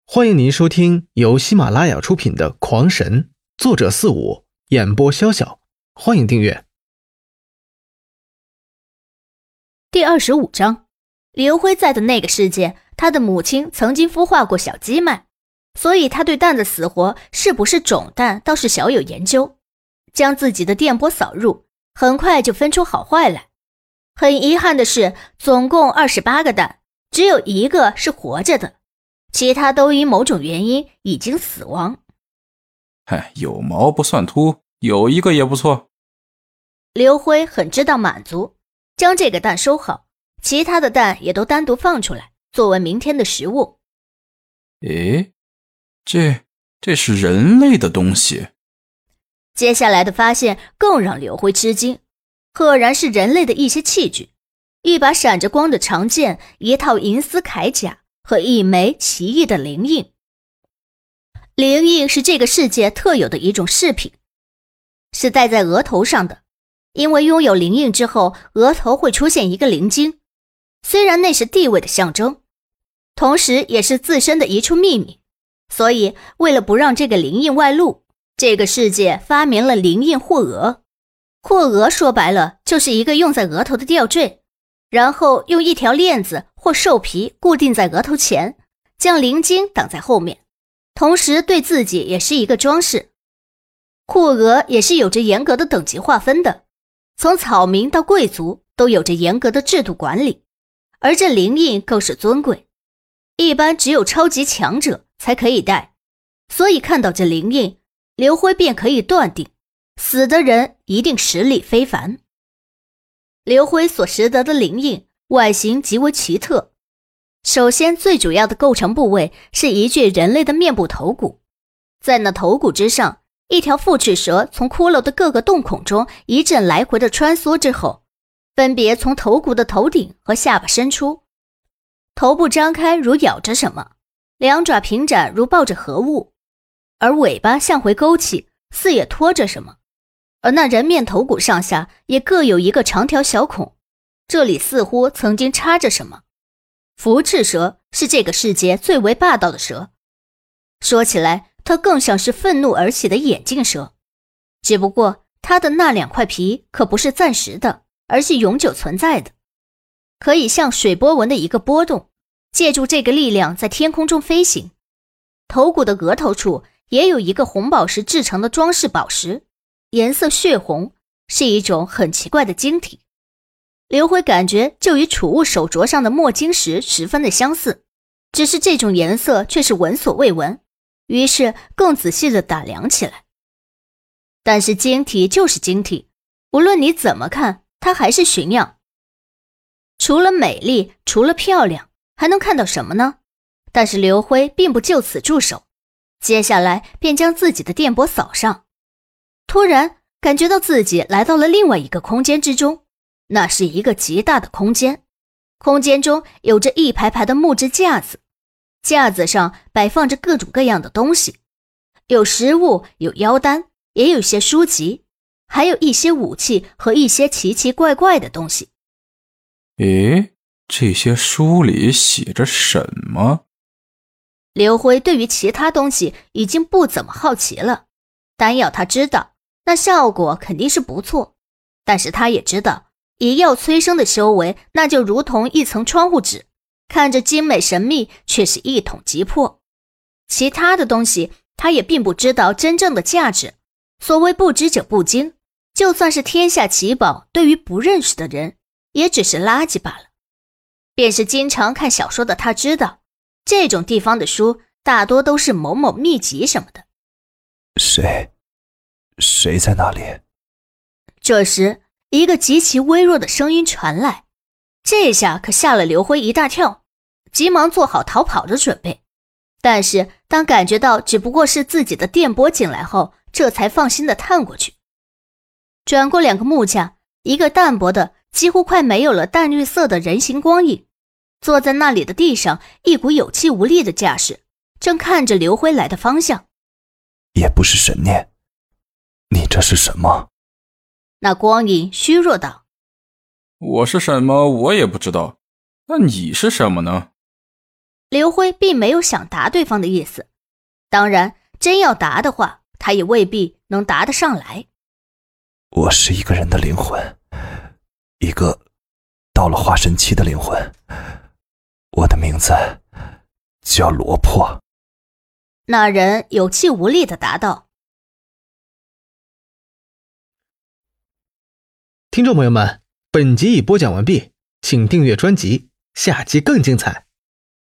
欢迎您收听由喜马拉雅出品的《狂神》，作者四五，演播潇潇。欢迎订阅。 第25章，刘辉在的那个世界，他的母亲曾经孵化过小鸡脉，所以他对蛋的死活是不是种蛋倒是小有研究。将自己的电波扫入，很快就分出好坏来。很遗憾的是，总共28个蛋，只有1个是活着的，其他都因某种原因已经死亡。 有毛不算秃，有一个也不错。 刘辉很知道满足，将这个蛋收好，其他的蛋也都单独放出来，作为明天的食物。 这是人类的东西。 接下来的发现更让刘辉吃惊，赫然是人类的一些器具，一把闪着光的长剑，一套银丝铠甲和一枚奇异的灵印。灵印是这个世界特有的一种饰品，是戴在额头上的，因为拥有灵印之后，额头会出现一个灵晶，虽然那是地位的象征，同时也是自身的一处秘密，所以为了不让这个灵印外露，这个世界发明了灵印护额。护额说白了就是一个用在额头的吊坠，然后用一条链子或兽皮固定在额头前，将灵晶挡在后面，同时对自己也是一个装饰。护额也是有着严格的等级划分的，从草民到贵族都有着严格的制度管理，而这灵印更是尊贵，一般只有超级强者才可以戴，所以看到这灵印，刘辉便可以断定死的人一定实力非凡。刘辉所识得的灵印外形极为奇特，首先最主要的构成部位是一具人类的面部头骨，在那头骨之上，一条复齿蛇从骷髅的各个洞孔中一阵来回的穿梭之后，分别从头骨的头顶和下巴伸出，头部张开如咬着什么，两爪平展如抱着何物，而尾巴向回勾起，似也拖着什么，而那人面头骨上下也各有一个长条小孔，这里似乎曾经插着什么。浮翅蛇是这个世界最为霸道的蛇，说起来它更像是愤怒而起的眼镜蛇，只不过它的那2块皮可不是暂时的，而是永久存在的，可以像水波纹的一个波动，借助这个力量在天空中飞行。头骨的额头处也有一个红宝石制成的装饰宝石，颜色血红，是一种很奇怪的晶体。刘辉感觉就与储物手镯上的墨晶石十分的相似，只是这种颜色却是闻所未闻，于是更仔细地打量起来。但是晶体就是晶体，无论你怎么看，它还是寻样。除了美丽，除了漂亮，还能看到什么呢？但是刘辉并不就此住手，接下来便将自己的电波扫上，突然感觉到自己来到了另外一个空间之中，那是一个极大的空间，空间中有着一排排的木质架子，架子上摆放着各种各样的东西，有食物，有妖丹，也有些书籍，还有一些武器和一些奇奇怪怪的东西。 这些书里写着什么？ 刘辉对于其他东西已经不怎么好奇了，丹药他知道那效果肯定是不错，但是他也知道以药催生的修为，那就如同一层窗户纸，看着精美神秘，却是一统即破。其他的东西他也并不知道真正的价值，所谓不知者不惊，就算是天下奇宝，对于不认识的人也只是垃圾罢了。便是经常看小说的他知道，这种地方的书大多都是某某秘籍什么的。 谁在那里？ 这时一个极其微弱的声音传来，这下可吓了刘辉一大跳，急忙做好逃跑的准备。但是当感觉到只不过是自己的电波进来后，这才放心地探过去。转过2个木架，一个淡薄的几乎快没有了淡绿色的人形光影，坐在那里的地上，一股有气无力的架势，正看着刘辉来的方向。 也不是神念，你这是什么？ 那光影虚弱道： 我是什么我也不知道，那你是什么呢？ 刘辉并没有想答对方的意思，当然真要答的话，他也未必能答得上来。 我是一个人的灵魂，一个到了化神期的灵魂，我的名字叫罗破。 那人有气无力地答道。 听众朋友们，本集已播讲完毕，请订阅专辑，下集更精彩。